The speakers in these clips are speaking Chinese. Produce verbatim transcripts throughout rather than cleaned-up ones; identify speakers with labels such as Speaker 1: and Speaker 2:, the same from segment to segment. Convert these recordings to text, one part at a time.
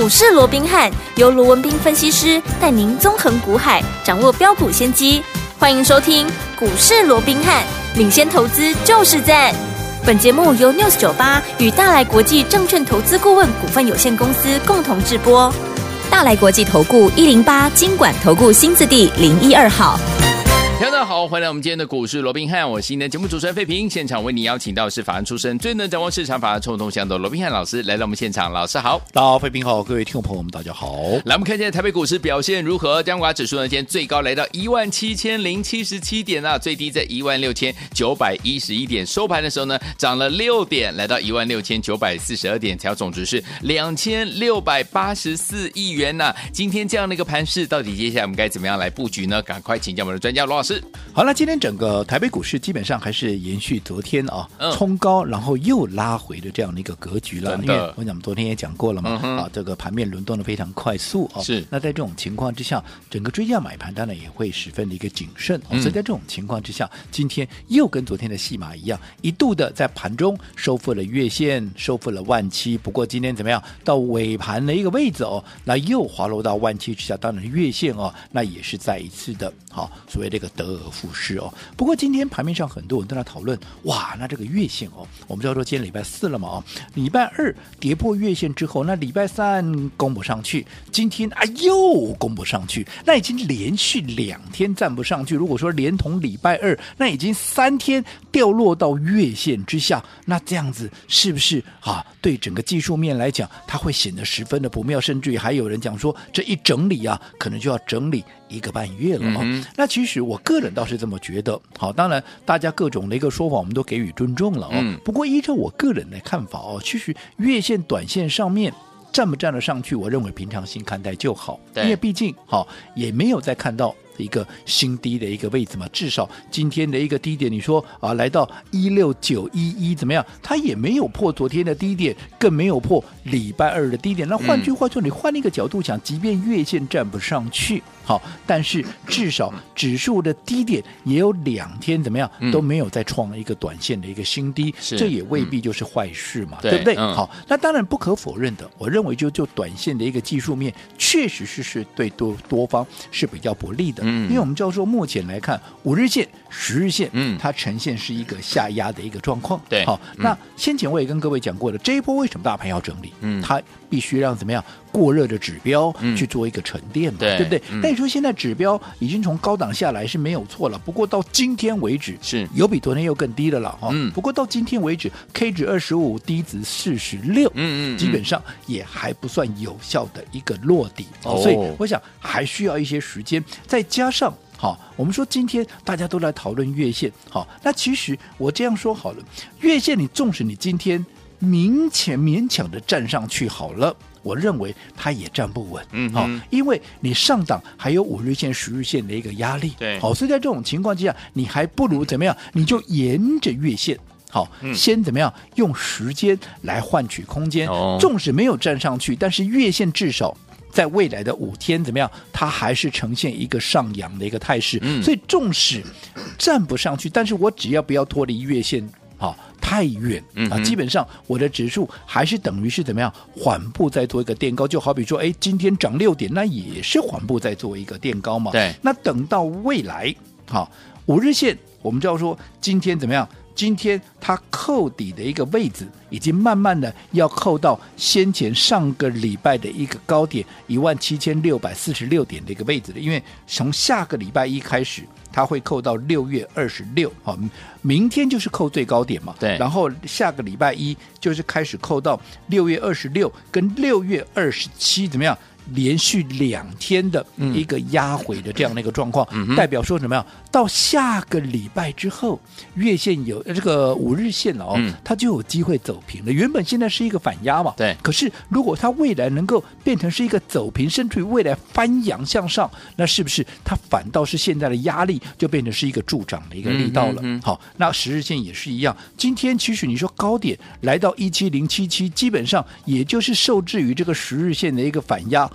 Speaker 1: 市罗宾汉由罗文彬分析师带您纵横股海，掌握标股先机。欢迎收听股市罗宾汉，领先投资就是赞。本节目由 News 九十八与大来国际证券投资顾问股份有限公司共同制播。大来国际投顾一零八金管投顾新字第零一二号。
Speaker 2: 大家好，欢迎来我们今天的股市罗宾汉，我是今天的节目主持人费平。现场为你邀请到的是法案出身、最能掌握市场法案冲动向的罗宾汉老师来到我们现场。老师好。
Speaker 3: 大家好，费平好，各位听众朋友们大家好。
Speaker 2: 来，我们看一下台北股市表现如何？加权指数呢，今天最高来到一万七千零七十七点啊，最低在一万六千九百一十一点，收盘的时候呢，涨了六点，来到一万六千九百四十二点，成交总值是两千六百八十四亿元呐、啊。今天这样的一个盘势，到底接下来我们该怎么样来布局呢？赶快请教我们的专家罗老师。
Speaker 3: 好了，今天整个台北股市基本上还是延续昨天啊、嗯、冲高，然后又拉回的这样的一个格局了。因为我想昨天也讲过了嘛，嗯、啊，这个盘面轮动的非常快速啊。
Speaker 2: 是。
Speaker 3: 那在这种情况之下，整个追价买盘当然也会十分的一个谨慎、啊嗯、所以在这种情况之下，今天又跟昨天的戏码一样，一度的在盘中收复了月线，收复了万七。不过今天怎么样？到尾盘的一个位置哦，那又滑落到万七之下，当然月线哦，那也是再一次的好、啊、所谓这个得而复失哦。不过今天盘面上很多人都在讨论，哇，那这个月线哦，我们知道说今天礼拜四了嘛哦，礼拜二跌破月线之后，那礼拜三攻不上去，今天啊又攻不上去，那已经连续两天站不上去。如果说连同礼拜二，那已经三天掉落到月线之下，那这样子是不是啊？对整个技术面来讲，它会显得十分的不妙，甚至于还有人讲说，这一整理啊，可能就要整理一个半月了哦。嗯、那其实我个人倒是这么觉得。好，当然大家各种的一个说法我们都给予尊重了哦。嗯、不过依照我个人的看法哦，其实月线短线上面站不站得上去，我认为平常心看待就好，因为毕竟好也没有再看到一个新低的一个位置嘛，至少今天的一个低点，你说啊来到一六九一一怎么样？它也没有破昨天的低点，更没有破礼拜二的低点。那换句话说，你换一个角度讲，即便月线站不上去，好，但是至少指数的低点也有两天怎么样都没有再创一个短线的一个新低，这也未必就是坏事嘛，对不对？嗯、好，那当然不可否认的，我认为就就短线的一个技术面，确实是是对多多方是比较不利的。嗯、因为我们知道说，目前来看，五日线、十日线，嗯，它呈现是一个下压的一个状况。
Speaker 2: 对，
Speaker 3: 好，嗯、那先前我也跟各位讲过了，这一波为什么大盘要整理？嗯，它必须让怎么样过热的指标去做一个沉淀嘛，嗯、对不对？嗯、那你说现在指标已经从高档下来是没有错了，不过到今天为止是有比昨天又更低的了哈。嗯，不过到今天为止 ，K 值二十五，低值四十六，嗯嗯，基本上也还不算有效的一个落底哦，所以我想还需要一些时间，再加上。好，我们说今天大家都来讨论月线，好，那其实我这样说好了，月线你纵使你今天明显勉强的站上去好了，我认为它也站不稳，嗯，好，因为你上档还有五日线、十日线的一个压力，
Speaker 2: 对，
Speaker 3: 好，所以在这种情况之下，你还不如怎么样？你就沿着月线。好，嗯、先怎么样用时间来换取空间？哦、纵使没有站上去，但是月线至少在未来的五天怎么样？它还是呈现一个上扬的一个态势。嗯、所以纵使站不上去，但是我只要不要脱离月线，好。太远啊！基本上我的指数还是等于是怎么样缓步在做一个垫高，就好比说，哎，今天涨六点，那也是缓步在做一个垫高嘛。
Speaker 2: 对。
Speaker 3: 那等到未来，好，五日线，我们知道说今天怎么样？今天它扣底的一个位置，已经慢慢的要扣到先前上个礼拜的一个高点一万七千六百四十六点的一个位置了。因为从下个礼拜一开始，它会扣到六月二十六，好，明天就是扣最高点嘛。
Speaker 2: 对。
Speaker 3: 然后下个礼拜一就是开始扣到六月二十六跟六月二十七，怎么样？连续两天的一个压回的这样的一个状况，嗯、代表说什么样？到下个礼拜之后，月线有这个五日线了哦，嗯、它就有机会走平了。原本现在是一个反压嘛，
Speaker 2: 对。
Speaker 3: 可是如果它未来能够变成是一个走平，甚至于未来翻扬向上，那是不是它反倒是现在的压力就变成是一个助涨的一个力道了？嗯嗯嗯好，那十日线也是一样。今天其实你说高点来到一七零七七，基本上也就是受制于这个十日线的一个反压。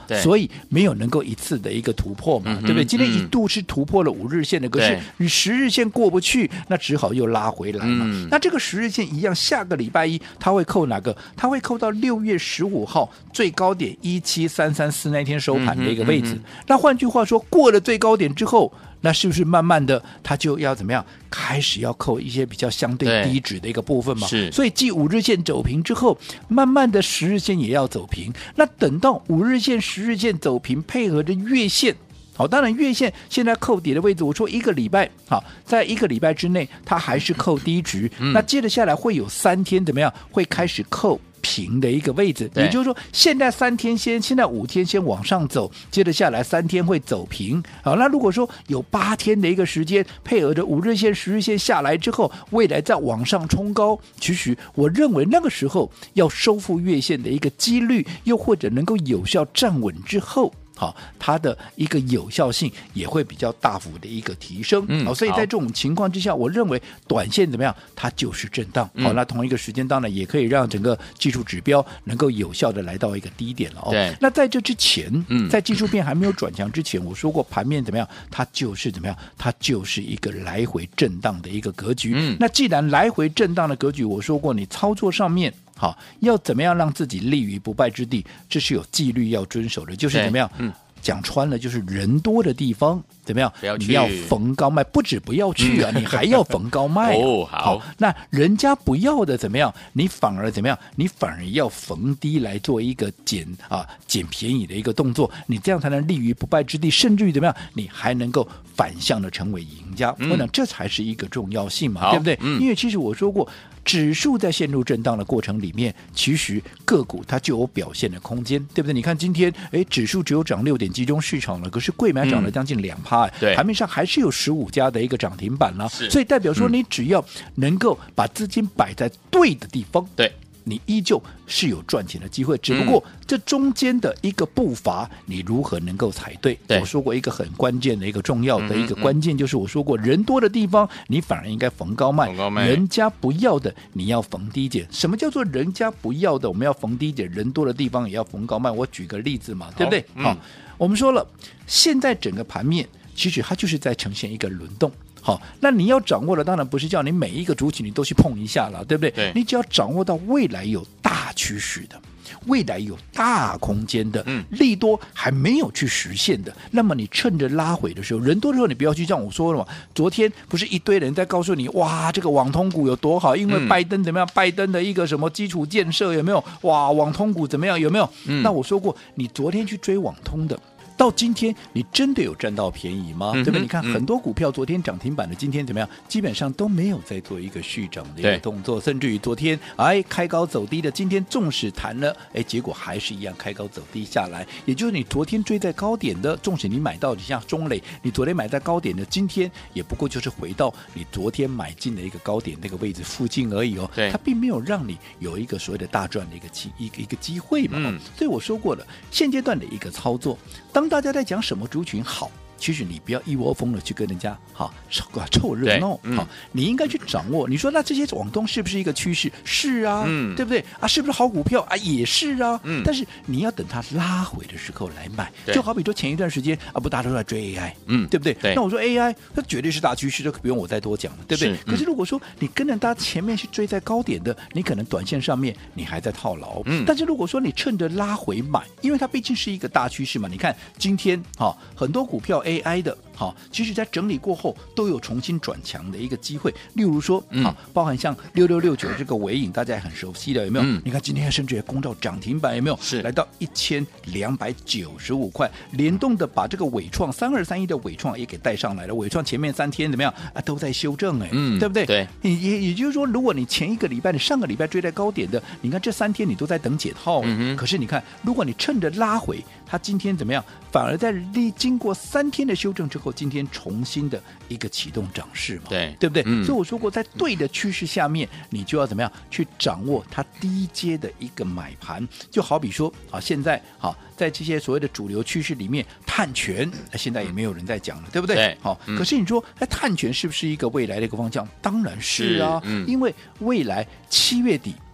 Speaker 3: 所以没有能够一次的一个突破嘛，嗯、对不对？今天一度是突破了五日线的，可是你十日线过不去，那只好又拉回来嘛。嗯、那这个十日线一样，下个礼拜一它会扣哪个？它会扣到六月十五号最高点一七三三四那天收盘的一个位置。嗯、那换句话说，过了最高点之后，那是不是慢慢的它就要怎么样？开始要扣一些比较相对低值的一个部分嘛？
Speaker 2: 是。
Speaker 3: 所以继五日线走平之后，慢慢的十日线也要走平。那等到五日线、十日线走平，配合着月线。好，当然月线现在扣底的位置，我说一个礼拜，好，在一个礼拜之内，它还是扣低值。嗯、那接着下来会有三天怎么样？会开始扣平的一个位置，也就是说，现在三天先，现在五天先往上走，接着下来三天会走平。好，那如果说有八天的一个时间，配合着五日线、十日线下来之后，未来再往上冲高，其实我认为那个时候要收复月线的一个几率，又或者能够有效站稳之后。好，它的一个有效性也会比较大幅的一个提升。嗯，好，所以在这种情况之下，我认为短线怎么样，它就是震荡。嗯、好，那同一个时间当然也可以让整个技术指标能够有效的来到一个低点了哦。
Speaker 2: 对，
Speaker 3: 那在这之前，嗯，在技术面还没有转强之前，我说过盘面怎么样，它就是怎么样，它就是一个来回震荡的一个格局。嗯，那既然来回震荡的格局，我说过你操作上面。好，要怎么样让自己立于不败之地？这是有纪律要遵守的，就是怎么样？嗯，讲穿了就是人多的地方怎么样？
Speaker 2: 不要去，
Speaker 3: 你要逢高卖，不止不要去啊，嗯、你还要逢高卖、啊。
Speaker 2: 哦，好,
Speaker 3: 好，那人家不要的怎么样？你反而怎么样？你反而要逢低来做一个捡啊捡便宜的一个动作，你这样才能立于不败之地，甚至于怎么样？你还能够反向的成为赢家。嗯、我想这才是一个重要性嘛，对不对？嗯、因为其实我说过。指数在陷入震荡的过程里面，其实个股它就有表现的空间，对不对？你看今天，哎，指数只有涨六点，集中市场了，可是贵买涨了将近两趴，
Speaker 2: 对，
Speaker 3: 盘面上还是有十五家的一个涨停板了，所以代表说你只要能够把资金摆在对的地方，
Speaker 2: 对。
Speaker 3: 你依旧是有赚钱的机会，只不过这中间的一个步伐，你如何能够踩对？
Speaker 2: 对，
Speaker 3: 我说过一个很关键的一个重要的一个关键，就是我说过，人多的地方你反而应该逢高卖，
Speaker 2: 高卖
Speaker 3: 人家不要的你要逢低捡。什么叫做人家不要的我们要逢低捡？人多的地方也要逢高卖。我举个例子嘛，对不对？好、嗯，我们说了，现在整个盘面其实它就是在呈现一个轮动。好，那你要掌握的当然不是叫你每一个族群你都去碰一下了，对不对？
Speaker 2: 对，
Speaker 3: 你只要掌握到未来有大趋势的，未来有大空间的，嗯，利多还没有去实现的，那么你趁着拉回的时候，人多的时候你不要去像我说了嘛，昨天不是一堆人在告诉你，哇，这个网通股有多好，因为拜登怎么样，嗯、拜登的一个什么基础建设有没有？哇，网通股怎么样？有没有？嗯、那我说过，你昨天去追网通的。到今天你真的有占到便宜吗？嗯、对不对？你看很多股票昨天涨停板的，今天怎么样？基本上都没有在做一个续涨的一个动作，甚至于昨天哎开高走低的，今天纵使弹了，哎结果还是一样开高走低下来。也就是你昨天追在高点的，纵使你买到，你像中磊，你昨天买在高点的，今天也不过就是回到你昨天买进的一个高点那个位置附近而已哦。
Speaker 2: 对，
Speaker 3: 它并没有让你有一个所谓的大赚的一个机一个一个机会嘛。
Speaker 2: 嗯，
Speaker 3: 所以我说过了，现阶段的一个操作。当大家在讲什么族群好，其实你不要一窝蜂的去跟人家好凑热闹，嗯、好，你应该去掌握。你说那这些网通是不是一个趋势？是啊，嗯、对不对啊？是不是好股票啊？也是啊。嗯、但是你要等它拉回的时候来买，就好比说前一段时间啊，不大家都在追 A I， 嗯，对不对？
Speaker 2: 对，
Speaker 3: 那我说 A I 它绝对是大趋势，这不用我再多讲了，对不对？是嗯、可是如果说你跟着它前面是追在高点的，你可能短线上面你还在套牢。嗯、但是如果说你趁着拉回买，因为它毕竟是一个大趋势嘛，你看今天哈、哦、很多股票 A I 的。好，其实在整理过后都有重新转强的一个机会。例如说，嗯、好，包含像六六六九这个尾影，大家也很熟悉的，有没有？嗯、你看今天甚至也攻到涨停板，有没有？
Speaker 2: 是来
Speaker 3: 到一千两百九十五块，联动的把这个伟创三二三一的伟创也给带上来了。伟创前面三天怎么样啊？都在修正哎，嗯、对不对？
Speaker 2: 对，
Speaker 3: 也也也就是说，如果你前一个礼拜、你上个礼拜追在高点的，你看这三天你都在等解套。嗯、可是你看，如果你趁着拉回，它今天怎么样？反而在历经过三天的修正之后，今天重新的一个启动涨势嘛，
Speaker 2: 对
Speaker 3: 对不对？
Speaker 2: 嗯、
Speaker 3: 所以我说过，在对的趋势下面，你就要怎么样去掌握它低阶的一个买盘，就好比说啊，现在好在这些所谓的主流趋势里面，碳权现在也没有人在讲了，对不对？
Speaker 2: 对，
Speaker 3: 好、嗯，可是你说哎，碳权是不是一个未来的一个方向？当然是啊，是嗯、因为未来七月底。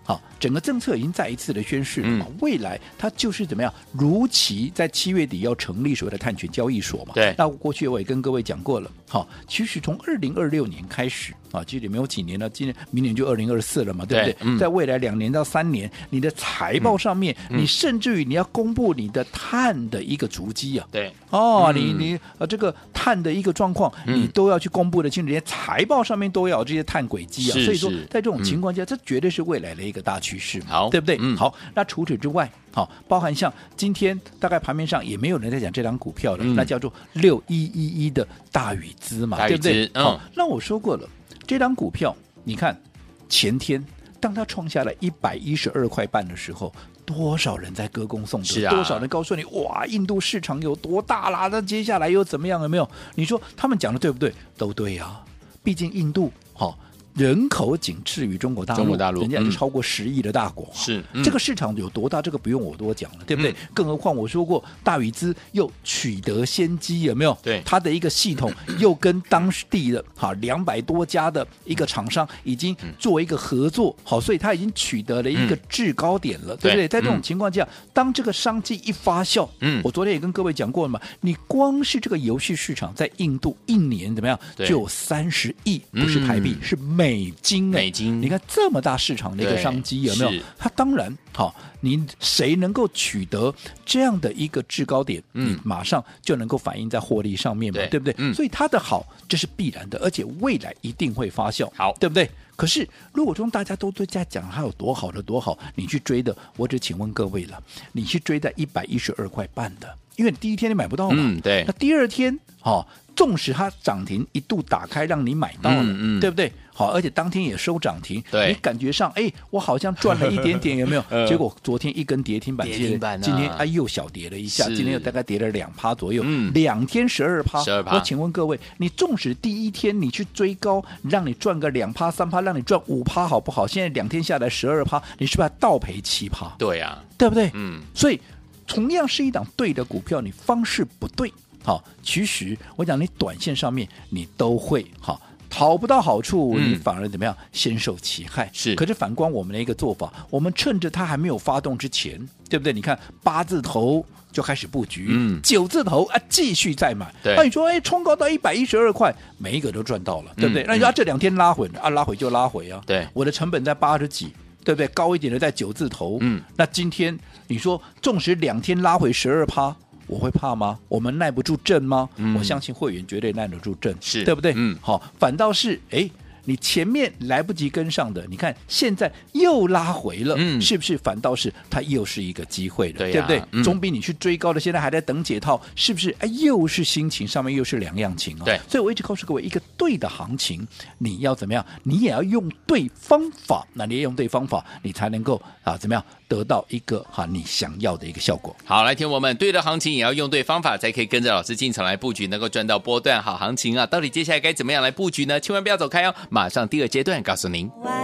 Speaker 3: 好，整个政策已经再一次的宣示了嘛，
Speaker 2: 嗯、
Speaker 3: 未来它就是怎么样，如期在七月底要成立所谓的碳权交易所嘛。
Speaker 2: 对，
Speaker 3: 那过去我也跟各位讲过了，好，其实从二零二六年开始啊，其实也没有几年了，今年明年就二零二四了嘛，对不对？
Speaker 2: 对嗯、
Speaker 3: 在未来两年到三年，你的财报上面，嗯、你甚至于你要公布你的碳的一个足迹啊，
Speaker 2: 对，
Speaker 3: 哦，
Speaker 2: 嗯、
Speaker 3: 你你呃这个碳的一个状况，
Speaker 2: 嗯、
Speaker 3: 你都要去公布的清楚，连财报上面都要有这些碳轨迹啊。所以说，在这种情况下，嗯、这绝对是未来的一个大趋势，
Speaker 2: 好，
Speaker 3: 对不对？
Speaker 2: 嗯、
Speaker 3: 好，那除此之外，好，包含像今天大概盘面上也没有人在讲这档股票了，嗯、那叫做六一一一的大宇资嘛，对不对？
Speaker 2: 嗯、
Speaker 3: 好，那我说过了，这档股票，你看前天当它创下了一百一十二块半的时候。多少人在歌功颂德、
Speaker 2: 啊、
Speaker 3: 多少人告诉你哇，印度市场有多大啦？那接下来又怎么样？有没有？你说他们讲的对不对？都对啊，毕竟印度好。哦人口仅次于中国大陆，
Speaker 2: 中国大陆
Speaker 3: 人家是超过十亿的大国、啊
Speaker 2: 嗯，是、嗯、
Speaker 3: 这个市场有多大？这个不用我多讲了，对不对？嗯、更何况我说过，大宇资又取得先机，有没有？
Speaker 2: 对，
Speaker 3: 它的一个系统又跟当地的哈两百多家的一个厂商已经做一个合作，好，所以它已经取得了一个制高点了，嗯、对不对？在这种情况下，嗯、当这个商机一发酵，嗯，我昨天也跟各位讲过了嘛，你光是这个游戏市场在印度一年怎么样，就有三十亿，不是台币，嗯、是美金、欸。
Speaker 2: 美金，
Speaker 3: 你看这么大市场的一个商机有没有？它当然好，你谁能够取得这样的一个制高点，嗯、你马上就能够反映在获利上面嘛，对, 对不对？嗯、所以它的好这是必然的，而且未来一定会发酵，
Speaker 2: 好，
Speaker 3: 对不对？可是如果说大家都在讲它有多好的多好，你去追的，我只请问各位了，你去追在一百一十二块半的，因为第一天你买不到嘛，
Speaker 2: 嗯、对，
Speaker 3: 那第二天好。纵使它涨停一度打开让你买到了，嗯嗯、对不对？好，而且当天也收涨停，你感觉上，哎，我好像赚了一点点，有没有？呃、结果昨天一根跌停板，
Speaker 2: 跌停板、啊、
Speaker 3: 今天啊又小跌了一下，今天又大概跌了两趴左右，嗯、两天十二趴。我请问各位，你纵使第一天你去追高，让你赚个两趴三趴，让你赚五趴，好不好？现在两天下来十二趴，你是不是倒赔七趴？
Speaker 2: 对呀、啊，
Speaker 3: 对不对？
Speaker 2: 嗯，
Speaker 3: 所以同样是一档对的股票，你方式不对。好，其实我讲你短线上面你都会好讨不到好处，
Speaker 2: 嗯、
Speaker 3: 你反而怎么样先受其害。
Speaker 2: 是，
Speaker 3: 可是反观我们的一个做法，我们趁着它还没有发动之前，对不对？你看八字头就开始布局，嗯，九字头啊继续再买。
Speaker 2: 对，
Speaker 3: 那你说哎，冲高到一百一十二块，每一个都赚到了，对不对？嗯、那你说、啊、这两天拉回啊，拉回就拉回啊。
Speaker 2: 对，
Speaker 3: 我的成本在八十几。对不对？高一点的在九字头，嗯，那今天你说纵使两天拉回十二趴，我会怕吗？我们耐不住震吗？嗯、我相信会员绝对耐得住震，
Speaker 2: 是
Speaker 3: 对不对？
Speaker 2: 嗯，
Speaker 3: 好，反倒是哎。你前面来不及跟上的，你看现在又拉回了，嗯、是不是反倒是它又是一个机会了，
Speaker 2: 对、啊、
Speaker 3: 对不对？
Speaker 2: 嗯、
Speaker 3: 总比你去追高的，现在还在等解套，是不是？哎，又是心情上面又是两样情啊。
Speaker 2: 对，
Speaker 3: 所以我一直告诉各位，一个对的行情，你要怎么样？你也要用对方法，那你也用对方法，你才能够啊怎么样得到一个哈、啊、你想要的一个效果。
Speaker 2: 好，来听我们对的行情也要用对方法，才可以跟着老师进场来布局，能够赚到波段好行情啊！到底接下来该怎么样来布局呢？千万不要走开哦，马上第二阶段告诉您。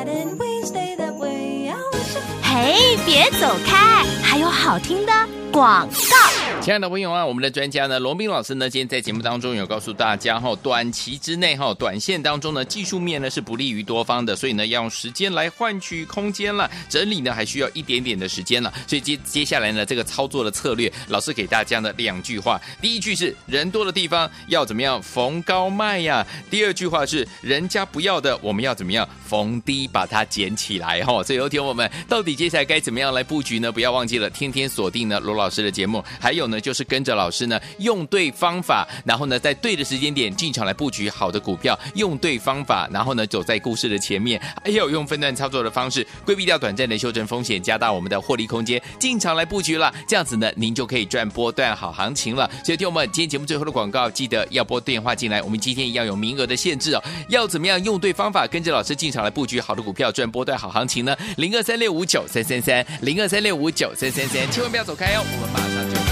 Speaker 1: 嘿，别走开，还有好听的广告。
Speaker 2: 亲爱的朋友啊，我们的专家呢，龙斌老师呢，今天在节目当中有告诉大家哈，短期之内哈，短线当中呢，技术面呢是不利于多方的，所以呢，要用时间来换取空间了，整理呢还需要一点点的时间了，所以接接下来呢，这个操作的策略，老师给大家呢两句话，第一句是人多的地方要怎么样逢高卖呀，第二句话是人家不要的，我们要怎么样逢低把它捡起来哈，所以有听我们到底接下来该怎么样来布局呢？不要忘记了天天锁定呢罗老师的节目，还有呢就是跟着老师呢用对方法，然后呢在对的时间点进场来布局好的股票，用对方法，然后呢走在故事的前面，还有用分段操作的方式规避掉短暂的修正风险，加大我们的获利空间，进场来布局了，这样子呢您就可以赚波段好行情了。所以听我们今天节目最后的广告，记得要拨电话进来，我们今天一样有名额的限制哦，要怎么样用对方法跟着老师进场来布局好的股票，赚波段好行情呢？零二三六五九三三三，零二三六五九三三三，千万不要走开哦，我们马上就。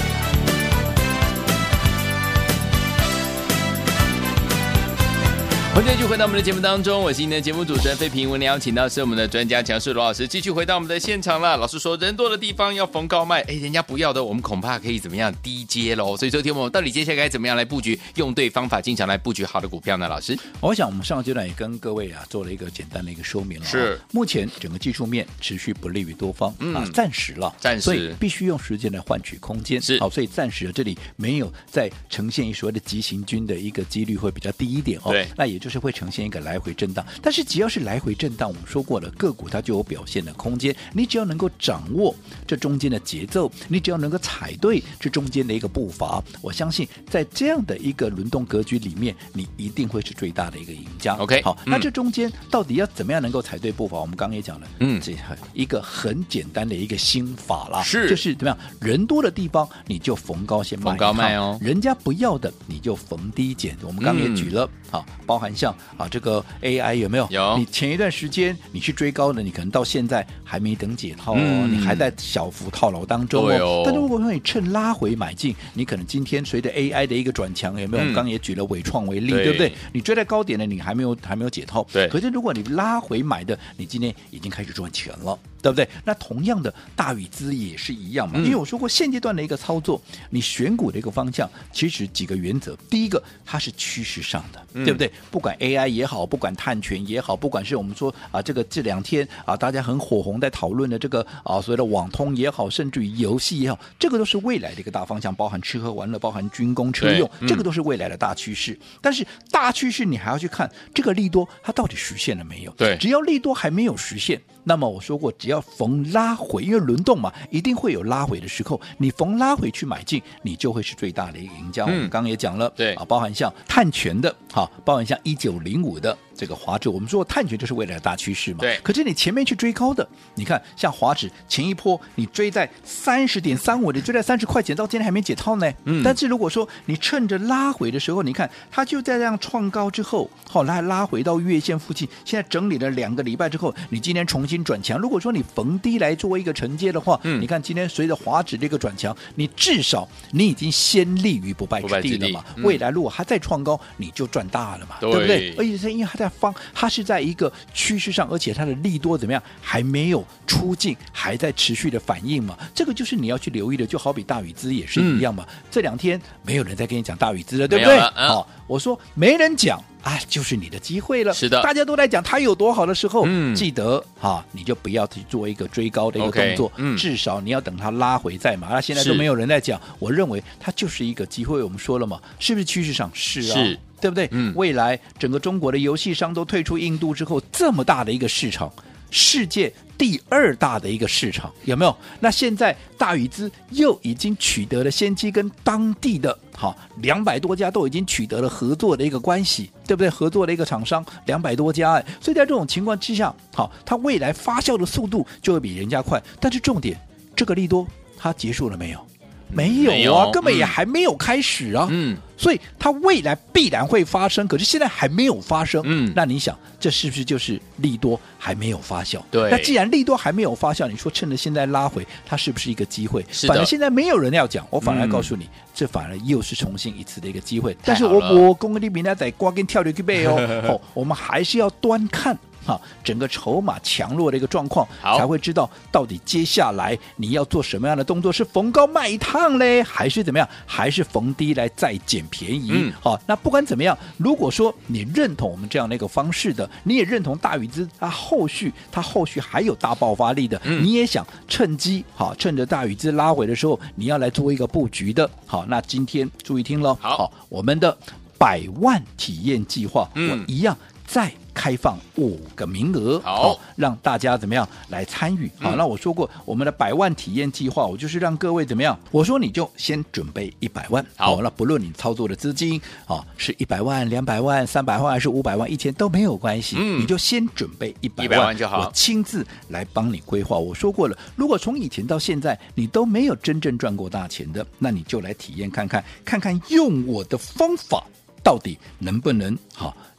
Speaker 2: 欢迎继续回到我们的节目当中，我是今天的节目主持人费平。我们邀请到是我们的专家强势罗老师，继续回到我们的现场了。老师说，人多的地方要逢高卖，哎，人家不要的，我们恐怕可以怎么样低接喽？所以，说，听我们到底接下来该怎么样来布局，用对方法进场来布局好的股票呢？老师，
Speaker 3: 我想我们上个阶段也跟各位啊做了一个简单的一个说明了。
Speaker 2: 是，
Speaker 3: 目前整个技术面持续不利于多方、嗯、啊，暂时了，
Speaker 2: 暂时，
Speaker 3: 所以必须用时间来换取空间。
Speaker 2: 是，
Speaker 3: 好，所以暂时这里没有在呈现一所谓的急行军的一个几率会比较低一点哦。
Speaker 2: 对，
Speaker 3: 那也就是会呈现一个来回震荡，但是只要是来回震荡，我们说过了，个股它就有表现的空间。你只要能够掌握这中间的节奏，你只要能够踩对这中间的一个步伐，我相信在这样的一个轮动格局里面，你一定会是最大的一个赢家。
Speaker 2: OK，
Speaker 3: 好，嗯、那这中间到底要怎么样能够踩对步伐？我们刚刚也讲了，
Speaker 2: 嗯，
Speaker 3: 这一个很简单的一个心法啦，
Speaker 2: 是，
Speaker 3: 就是怎么样，人多的地方你就逢高先卖，
Speaker 2: 逢高卖哦，
Speaker 3: 人家不要的你就逢低减。我们刚刚也举了，嗯、啊，包含像啊这个 A I 有没有？
Speaker 2: 有。
Speaker 3: 你前一段时间你去追高的，你可能到现在还没等解套哦，嗯、你还在小幅套牢当中哦。哦但是如果说你趁拉回买进，你可能今天随着 A I 的一个转强，有没有？嗯、我们刚刚也举了伟创为例，对, 对不对？你追在高点的，你还没有还没有解套。
Speaker 2: 对。
Speaker 3: 可是如果你拉回买的，你今天已经开始赚钱了。对不对？那同样的大宇资也是一样嘛、嗯，因为我说过现阶段的一个操作，你选股的一个方向，其实几个原则。第一个，它是趋势上的，嗯、对不对？不管 A I 也好，不管碳权也好，不管是我们说啊这个这两天啊大家很火红在讨论的这个啊所谓的网通也好，甚至于游戏也好，这个都是未来的一个大方向，包含吃喝玩乐，包含军工车用，嗯、这个都是未来的大趋势。但是大趋势你还要去看这个利多它到底实现了没有？
Speaker 2: 对，
Speaker 3: 只要利多还没有实现。那么我说过，只要逢拉回，因为轮动嘛，一定会有拉回的时候，你逢拉回去买进，你就会是最大的一个赢家。嗯、我们刚刚也讲了，
Speaker 2: 对
Speaker 3: 啊，包含像碳权的，好，包含像一九零五的这个华指，我们说碳权就是未来的大趋势嘛。
Speaker 2: 对。
Speaker 3: 可是你前面去追高的，你看像华指前一波你追在三十点三五，你追在三十块钱，到今天还没解套呢。嗯。但是如果说你趁着拉回的时候，你看它就在这样创高之后，好来拉回到月线附近，现在整理了两个礼拜之后，你今天重新转强。如果说你逢低来做一个承接的话，嗯、你看今天随着华指这个转强，你至少你已经先立于不败之地了嘛。嗯、未来如果它再创高，你就赚大了嘛，对, 对不对？而且是因为它在方，它是在一个趋势上，而且它的利多怎么样，还没有出尽，还在持续的反应嘛。这个就是你要去留意的，就好比大宇资也是一样嘛。嗯、这两天没有人在跟你讲大宇资了，对不对？好、嗯哦，我说没人讲。啊，就是你的机会了。
Speaker 2: 是的，
Speaker 3: 大家都在讲它有多好的时候，嗯、记得哈，你就不要去做一个追高的一个动作， okay, 嗯、至少你要等它拉回再买。那现在都没有人在讲，我认为它就是一个机会。我们说了嘛，是不是趋势上是啊？
Speaker 2: 是，
Speaker 3: 对不对？嗯、未来整个中国的游戏商都退出印度之后，这么大的一个市场。世界第二大的一个市场有没有？那现在大宇资又已经取得了先机，跟当地的好两百多家都已经取得了合作的一个关系，对不对？合作的一个厂商两百多家，哎，所以在这种情况之下，好，它未来发酵的速度就会比人家快。但是重点，这个利多它结束了没有？没有啊，有根本也还没有开始啊。嗯，所以它未来必然会发生，可是现在还没有发生。嗯，那你想，这是不是就是利多还没有发酵？
Speaker 2: 对。
Speaker 3: 那既然利多还没有发酵，你说趁着现在拉回，它是不是一个机会？
Speaker 2: 是的。
Speaker 3: 反而现在没有人要讲，我反而告诉你，嗯、这反而又是重新一次的一个机会。但是我我公力比那在瓜跟跳流去背哦，哦，我们还是要端看。哈，整个筹码强弱的一个状况，才会知道到底接下来你要做什么样的动作，是逢高卖一趟嘞，还是怎么样，还是逢低来再捡便宜？嗯，好，那不管怎么样，如果说你认同我们这样的一个方式的，你也认同大宇资它后续它后续还有大爆发力的，嗯、你也想趁机好，趁着大宇资拉回的时候，你要来做一个布局的，好，那今天注意听咯，
Speaker 2: 好，
Speaker 3: 好，我们的百万体验计划，
Speaker 2: 嗯，
Speaker 3: 我一样再开放五个名额，
Speaker 2: 好、哦，
Speaker 3: 让大家怎么样来参与？好、嗯，那我说过，我们的百万体验计划，我就是让各位怎么样？我说你就先准备一百万，
Speaker 2: 好，
Speaker 3: 那不论你操作的资金啊是一百万、两百万、三百万还是五百万、一千都没有关系，嗯，你就先准备一百万，
Speaker 2: 万就好，
Speaker 3: 我亲自来帮你规划。我说过了，如果从以前到现在你都没有真正赚过大钱的，那你就来体验看看，看看用我的方法到底能不能好。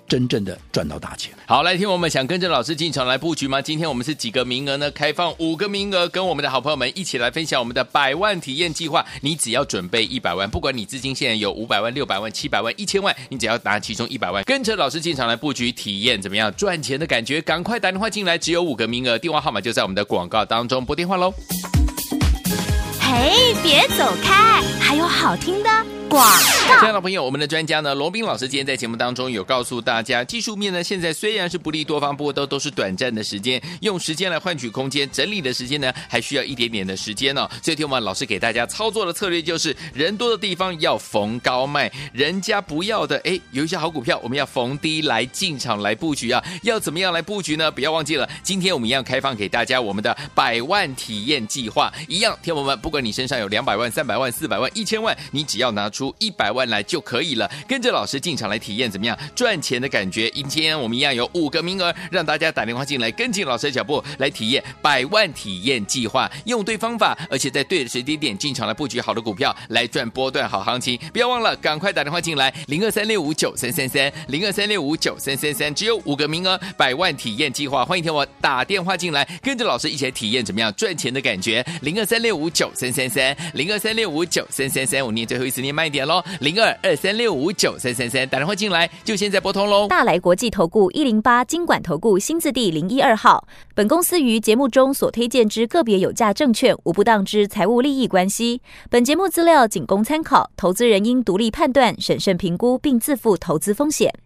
Speaker 3: 真正的赚到大钱。
Speaker 2: 好，来听我们想跟着老师进场来布局吗？今天我们是几个名额呢？开放五个名额，跟我们的好朋友们一起来分享我们的百万体验计划。你只要准备一百万，不管你资金现在有五百万、六百万、七百万、一千万，你只要拿其中一百万，跟着老师进场来布局，体验怎么样赚钱的感觉？赶快打电话进来，只有五个名额，电话号码就在我们的广告当中，拨电话喽。
Speaker 1: 嘿，别走开，还有好听的广告。
Speaker 2: 亲爱的朋友，我们的专家呢，罗宾老师今天在节目当中有告诉大家，技术面呢现在虽然是不利多方，不过都都是短暂的时间，用时间来换取空间，整理的时间呢还需要一点点的时间哦。所以听我们老师给大家操作的策略就是，人多的地方要逢高卖，人家不要的，哎，有一些好股票，我们要逢低来进场来布局啊。要怎么样来布局呢？不要忘记了，今天我们一样开放给大家我们的百万体验计划，一样，听我们，不管你身上有两百万、三百万、四百万、一千万，你只要拿出一百万来就可以了，跟着老师进场来体验怎么样赚钱的感觉。今天我们一样有五个名额，让大家打电话进来，跟进老师的脚步来体验百万体验计划，用对方法，而且在对的时间点进场来布局好的股票，来赚波段好行情。不要忘了，赶快打电话进来，零二三六五九三三三，零二三六五九三三三，只有五个名额，百万体验计划，欢迎听我打电话进来，跟着老师一起来体验怎么样赚钱的感觉。零二三六五九三三三，零二三六五九三三三，我念最后一次念慢一点喽，零二二三六五九三三三，打电话进来就现在拨通喽。
Speaker 1: 大来国际投顾一零八金管投顾新字第零一二号，本公司于节目中所推荐之个别有价证券，无不当之财务利益关系。本节目资料仅供参考，投资人应独立判断、审慎评估，并自负投资风险。